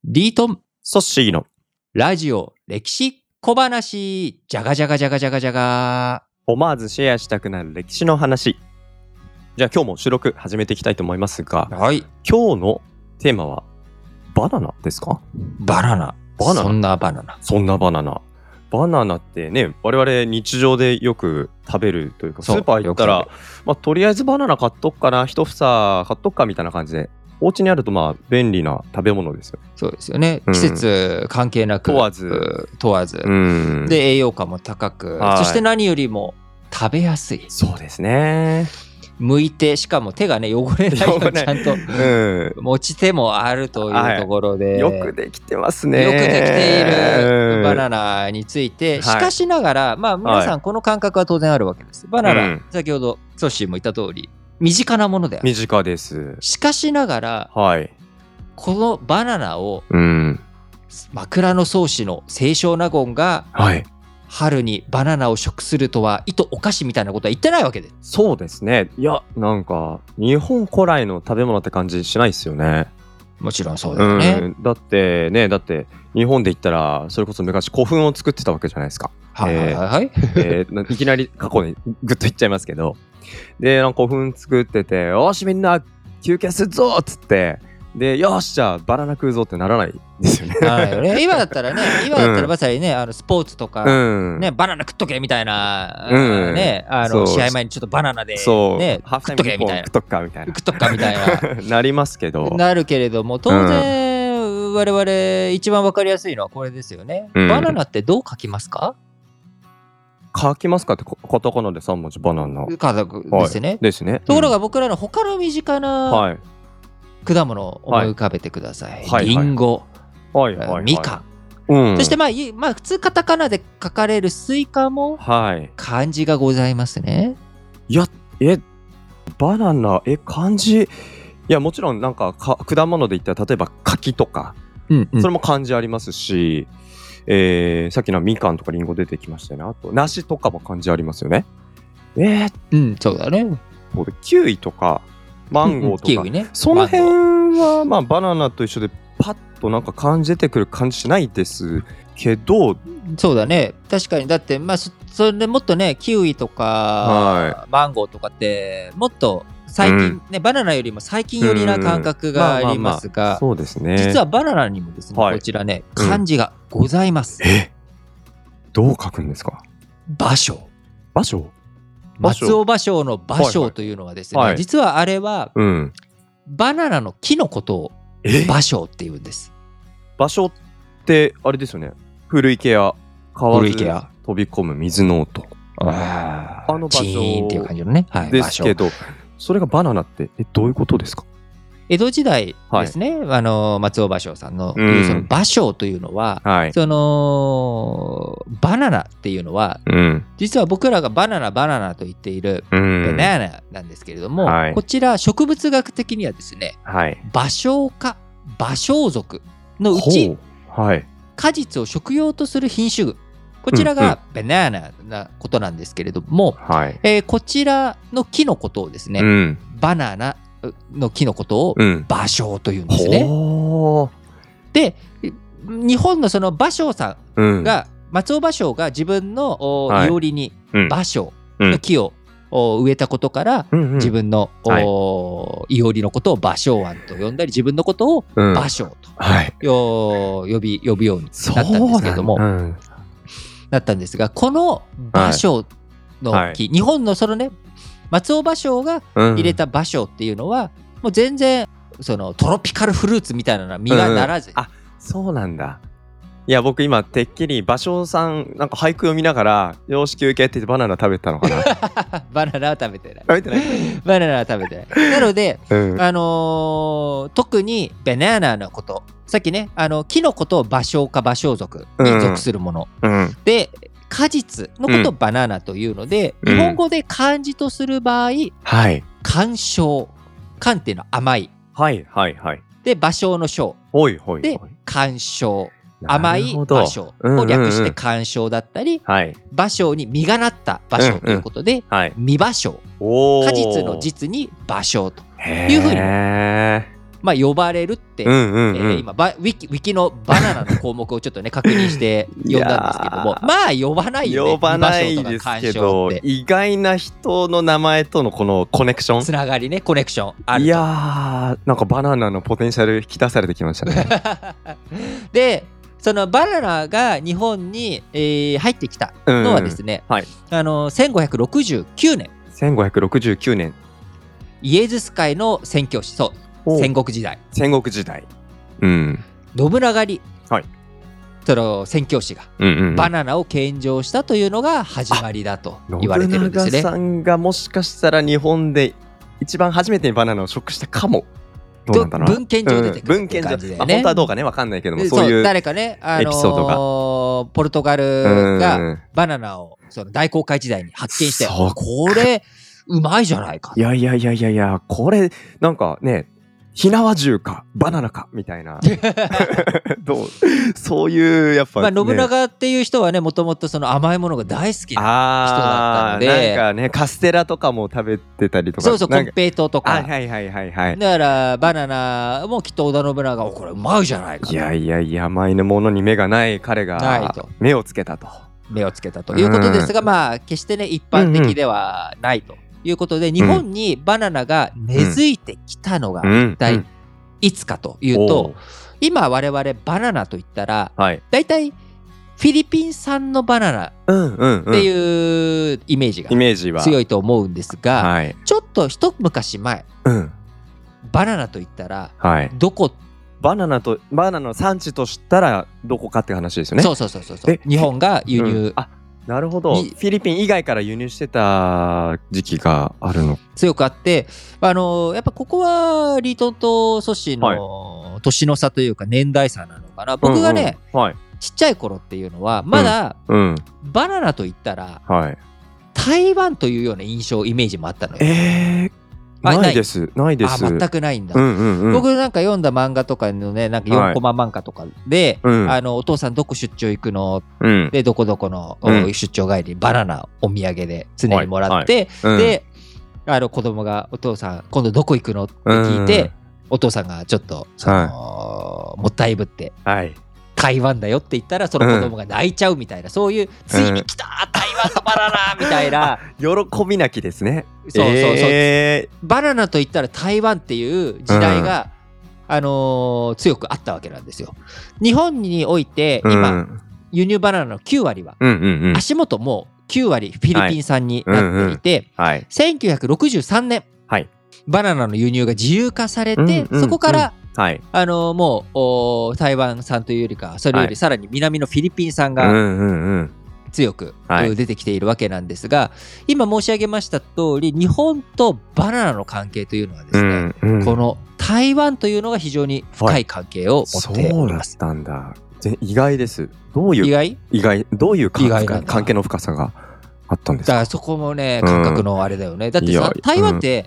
リートンソッシーのラジオ歴史小話じゃがじゃがじゃがじゃがじゃが。 思わずシェアしたくなる歴史の話。じゃあ今日も収録始めていきたいと思いますが、 はい。 今日のテーマはバナナですか？ バナナ。そんなバナナ。 そんなバナナ。バナナってね、我々日常でよく食べるというか、スーパー行ったら、とりあえずバナナ買っとくかな、一房買っとくかみたいな感じで、お家にあると便利な食べ物ですよ。 そうですよね。季節関係なく問わず、 で栄養価も高く、そして何よりも食べやすい。 そうですね。 剥いて、しかも手がね汚れないようにちゃんと持ち手もあるというところで、 よくできてますね。 よくできているバナナについて、しかしながら、皆さんこの感覚は当然あるわけです。バナナ、先ほどソッシーも言った通り身近なものである。 身近です。 しかしながら、このバナナを、枕草子の清少納言が、春にバナナを食するとはいとおかしみたいなことは言ってないわけです。 そうですね。いや、なんか日本古来の食べ物って感じしないですよね。もちろんそうだよね。 だって日本で言ったらそれこそ昔古墳を作ってたわけじゃないですか。いきなり過去にグッと言っちゃいますけど、で古墳作ってて、よしみんな休憩するぞっつって、でよしじゃあバナナ食うぞってならないですよね。 今だったらまさにね、スポーツとか、ね、バナナ食っとけみたいな、ね、試合前にちょっとバナナで、ね、食っとけみたいな、 食っとくかみたいな、 食っとくかみたいななりますけど、 なるけれども、当然、我々一番わかりやすいのはこれですよね。バナナってどう書きますか？ 書きますかってカタカナで3文字バナナですね。ところが僕らの他の身近な果物を思い浮かべてください。リンゴ、みかん、そして普通カタカナで書かれるスイカも漢字がございますね。 いや、バナナ漢字、いやもちろんなんか果物で言ったら例えば柿とか、それも漢字ありますし、さっきのみかんとかりんご出てきましたよね。あと梨とかも漢字ありますよね。 そうだね。 キウイとかマンゴーとか、キウイね、その辺はバナナと一緒でパッとなんか漢字出てくる感じしないですけど。 そうだね、確かに。だってそれでもっとね、キウイとか、マンゴーとかってもっと最近ね、バナナよりも最近寄りな感覚がありますが、 そうですね。 実はバナナにもですね、こちらね、漢字がございます。 どう書くんですか？ 芭蕉。松尾芭蕉の芭蕉というのはですね、実はあれは、バナナの木のことを芭蕉って言うんです。 芭蕉ってあれですよね。古池や川に飛び込む水の音。芭チーンっていう感じのね。 ですけど、それがバナナってどういうことですか？ 江戸時代ですね、松尾芭蕉さんの言うその芭蕉というのは、そのバナナっていうのは、実は僕らがバナナと言っているバナナなんですけれども、こちら植物学的にはですね、芭蕉科芭蕉属のうち、果実を食用とする品種群、こちらがバナナなことなんですけれども、こちらの木のことをですね、バナナの木のことを芭蕉というんですね。で、日本のその芭蕉さんが、松尾芭蕉が自分のいおりに芭蕉の木を植えたことから、自分のいおりのことを芭蕉庵と呼んだり、自分のことを芭蕉と呼ぶようになったんですけれども、だったんですが、この芭蕉の木、日本のそのね、松尾芭蕉が入れた芭蕉っていうのは、もう全然そのトロピカルフルーツみたいなのは実がならず、 そうなんだ。いや僕今てっきり芭蕉さんなんか俳句読みながらよし休憩って言ってバナナ食べたのかな。 バナナは食べてない。バナナは食べてない。なので、特にバナナのこと、さっきね、木のことを芭蕉科芭蕉属に属するもの、で果実のことをバナナというので、日本語で漢字とする場合、甘蕉、甘っていうのは甘い、で芭蕉の蕉で甘蕉、甘い芭蕉を略して甘蕉だったり、芭蕉に実がなった芭蕉ということで、実芭蕉、果実の実に芭蕉というふうに呼ばれるって、今ウィキのバナナの項目をちょっとね確認して読んだんですけども呼ばないよね。 呼ばないですけど意外な人の名前とのこのコネクションつながりね、コネクションあると。 いやーなんかバナナのポテンシャル引き出されてきましたねでそのバナナが日本に、入ってきたのはですね、1569年イエズス会の宣教師、そう戦国時代、信長に、その宣教師がバナナを献上したというのが始まりだと言われてるんですね。 信長さんがもしかしたら日本で一番初めてバナナを食したかも。どうなんだろうな。 文献上出てくるって感じだよね。 本当はどうかね分かんないけども、そういう誰かね、エピソードがポルトガルがバナナをその大航海時代に発見して、これうまいじゃないか。 いやこれなんかね、火縄銃かバナナかみたいなそういうやっぱ、 信長っていう人はね、もともとその甘いものが大好きな人だったので、 なんかねカステラとかも食べてたりとか、 そうコンペイトーとか、 だからバナナもきっと織田信長がこれうまいじゃないかと。 いや甘いものに目がない彼が目をつけたということですが、決してね一般的ではないということで、日本にバナナが根付いてきたのが一体いつかというと、今我々バナナといったら、だいたいフィリピン産のバナナっていうイメージが強いと思うんですが、ちょっと一昔前、バナナといったらどこ、 バナナの産地としたらどこかって話ですよね。 そう日本が輸入、 なるほど。フィリピン以外から輸入してた時期があるの強くあって、やっぱここはリートンとソシの年の差というか年代差なのかな。僕がね、ちっちゃい頃っていうのはまだバナナといったら台湾というような印象イメージもあったのよ。 ないです。 全くないんだ。僕なんか読んだ漫画とかのね、なんか4コマ漫画とかで、お父さんどこ出張行くの、でどこどこの出張帰りにバナナお土産で常にもらって、で子供がお父さん今度どこ行くのって聞いて、お父さんがちょっともったいぶって、台湾だよって言ったらその子供が泣いちゃうみたいな、そういうついに来た台湾のバナナみたいな喜び泣きですね。 そうバナナと言ったら台湾っていう時代が、強くあったわけなんですよ。日本において今、輸入バナナの9割は、足元も9割フィリピン産になっていて、1963年、バナナの輸入が自由化されて、そこからもう台湾産というよりか、それよりさらに南のフィリピン産が強く出てきているわけなんですが、今申し上げました通り、日本とバナナの関係というのはですね、この台湾というのが非常に深い関係を持っております。 そうだったんだ。意外です。どういうどういう関係の深さがあったんですか。 だからそこもね、感覚のあれだよね。だってさ、台湾って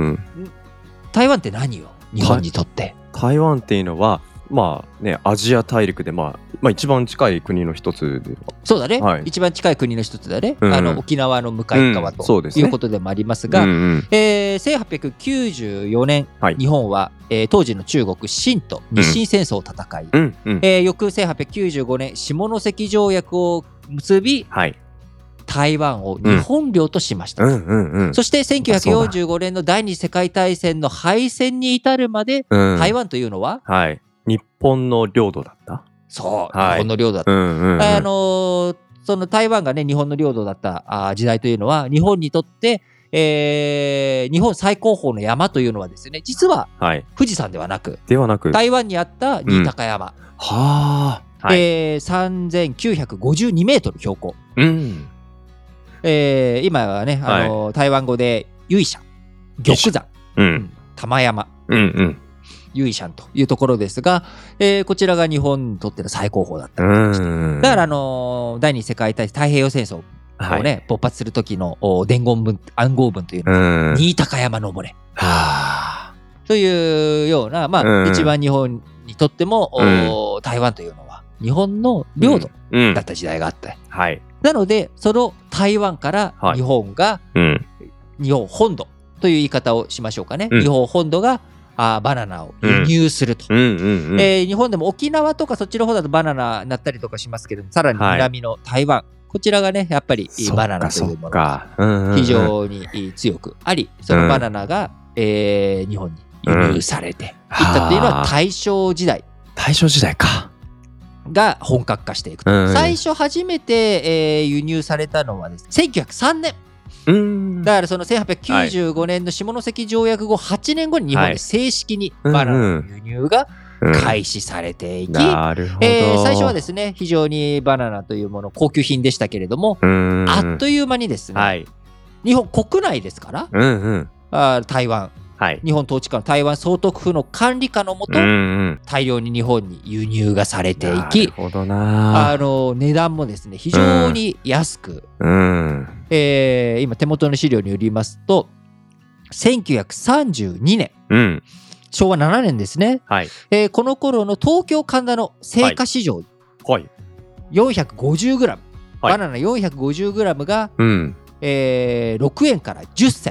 何よ、日本にとって。 台湾っていうのはアジア大陸で一番近い国の一つで、 そうだね、一番近い国の一つだね、沖縄の向かい側ということでもありますが、1894年、日本は、当時の中国清と日清戦争を戦い、翌1895年下関条約を結び、台湾を日本領としました。そして1945年の第二次世界大戦の敗戦に至るまで、台湾というのは、 日本の領土だった。 そう、日本の領土だった。その台湾がね、日本の領土だった時代というのは、日本にとって、日本最高峰の山というのはですね、実は富士山ではなく、台湾にあった新高山。3952メートル標高。今はね、台湾語で由緒玉山、玉山、由緒というところですが、こちらが日本にとっての最高峰だったわけです。だから第二次世界大戦、太平洋戦争をね、勃発する時の伝言文、暗号文というのは新高山の森というような、一番日本にとっても台湾というのは日本の領土だった時代があった。なのでその台湾から日本が、日本本土という言い方をしましょうかね、日本本土がバナナを輸入すると。日本でも沖縄とかそっちの方だとバナナになったりとかしますけど、さらに南の台湾、こちらがね、やっぱりバナナというものが非常に強くあり、そのバナナが、日本に輸入されていったっていうのは大正時代。 大正時代か。 が本格化していくと。最初初めて、輸入されたのはですね、1903年。だからその1895年の下関条約後8年後に日本で正式にバナナの輸入が開始されていき、最初はですね、非常にバナナというもの高級品でしたけれども、あっという間にですね、日本国内ですから、台湾、日本統治下の台湾総督府の管理下のもと、大量に日本に輸入がされていき、値段もですね非常に安く、今手元の資料によりますと1932年、昭和7年ですね、この頃の東京神田の青果市場、450g、バナナ 450g が、6円から10銭。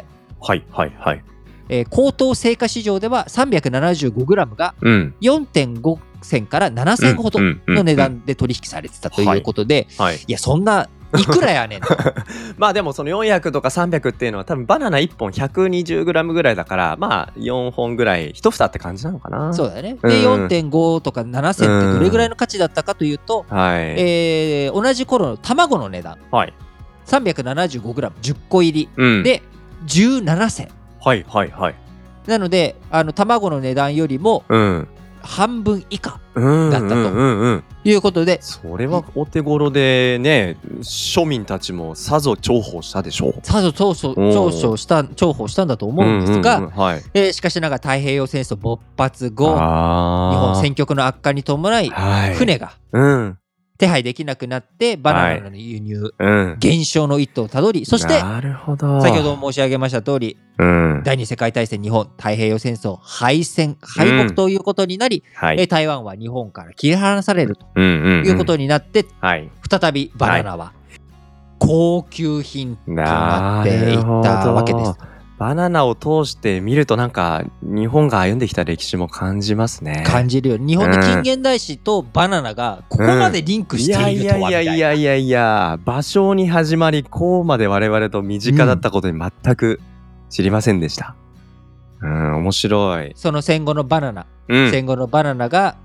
高等青果市場では 375g が 4.5 銭から7銭ほどの値段で取引されてたということで、いやそんないくらやねんとまあでもその400とか300っていうのは多分バナナ1本 120g ぐらいだから、まあ4本ぐらい1房って感じなのかな。 そうだね。で 4.5 とか7銭ってどれぐらいの価値だったかというと、同じ頃の卵の値段、375g10 個入りで17銭。なので卵の値段よりも半分以下だったということで、 それはお手頃でね、庶民たちもさぞ重宝したでしょう。 さぞ重宝したんだと思うんですが、しかしながら太平洋戦争勃発後、日本戦局の悪化に伴い、船が手配できなくなってバナナの輸入、減少の一途をたどり、そして先ほど申し上げました通り、第二次世界大戦、日本太平洋戦争敗北ということになり、台湾は日本から切り離されるということになって、再びバナナは高級品となっていったわけです。 バナナを通して見るとなんか日本が歩んできた歴史も感じますね。 感じるよ。日本の近現代史とバナナがここまでリンクしているとはみたいな。 いや芭蕉に始まりこうまで我々と身近だったことに全く知りませんでした。面白い。 その戦後のバナナが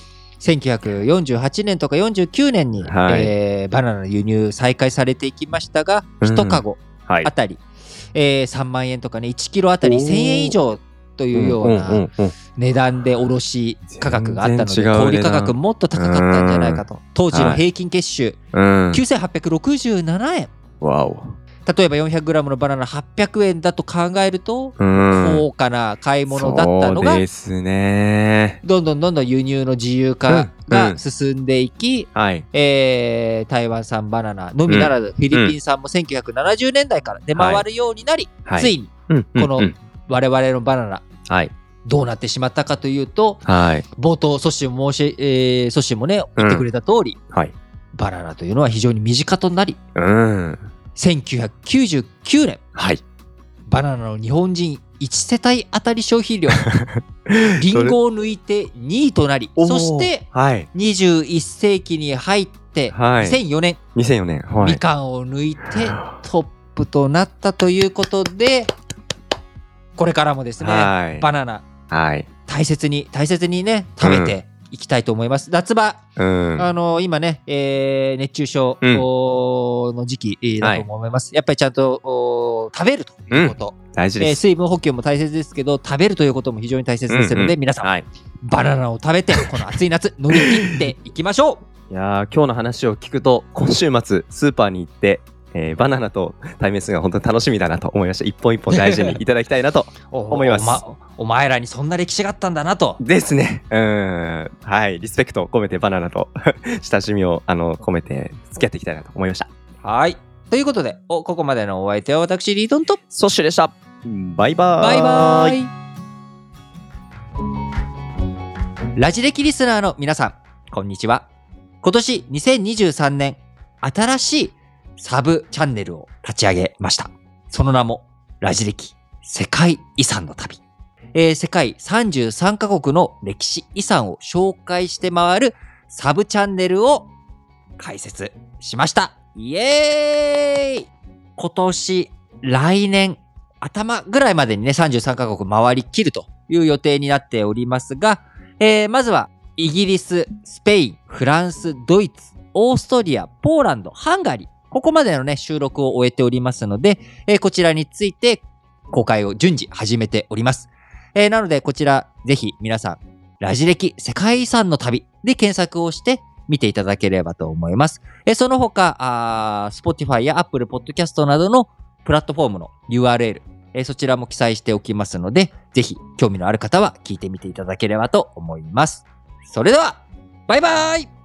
1948年とか49年に、バナナの輸入再開されていきましたが、1カゴあたり、3万円とかね、1キロあたり1000円以上というような値段で卸価格があったので、小売価格もっと高かったんじゃないかと。当時の平均月収、9867円。例えば 400g のバナナ800円だと考えると高価な買い物だったのが、どんどん輸入の自由化が進んでいき、台湾産バナナのみならずフィリピン産も1970年代から出回るようになり、ついにこの我々のバナナ、どうなってしまったかというと、冒頭ソッシーもね言ってくれた通り、バナナというのは非常に身近となり、1999年、バナナの日本人1世帯当たり消費量リンゴを抜いて2位となり、そして21世紀に入って2004年、みかんを抜いてトップとなったということで、これからもですね、バナナ大切にね食べていきたいと思います。夏場、今ね、熱中症の時期だと思います。やっぱりちゃんと食べるということ、 大事です。 水分補給も大切ですけど、食べるということも非常に大切ですので、皆さん、バナナを食べてこの暑い夏乗り切っていきましょう。いや今日の話を聞くと、今週末スーパーに行ってバナナと対面するのが本当に楽しみだなと思いました。一本一本大事にいただきたいなと思います。 お前らにそんな歴史があったんだなとですね。リスペクトを込めてバナナと親しみを込めて付き合っていきたいなと思いました。 ということでここまでのお相手は私リートンとソッシュでした。バイバーイ。 ラジ歴リスナーの皆さん、こんにちは。今年2023年新しいサブチャンネルを立ち上げました。その名もラジ歴世界遺産の旅。 世界33カ国の歴史遺産を紹介して回るサブチャンネルを開設しました。イエーイ！今年、来年、頭ぐらいまでにね、33カ国回りきるという予定になっておりますが、まずは、イギリス、スペイン、フランス、ドイツ、オーストリア、ポーランド、ハンガリー、ここまでのね、収録を終えておりますので、こちらについて公開を順次始めております。なので、こちら、ぜひ皆さん、ラジ歴世界遺産の旅で検索をして見ていただければと思います。その他、Spotify や Apple Podcast などのプラットフォームの URL、そちらも記載しておきますので、ぜひ興味のある方は聞いてみていただければと思います。それでは、バイバーイ！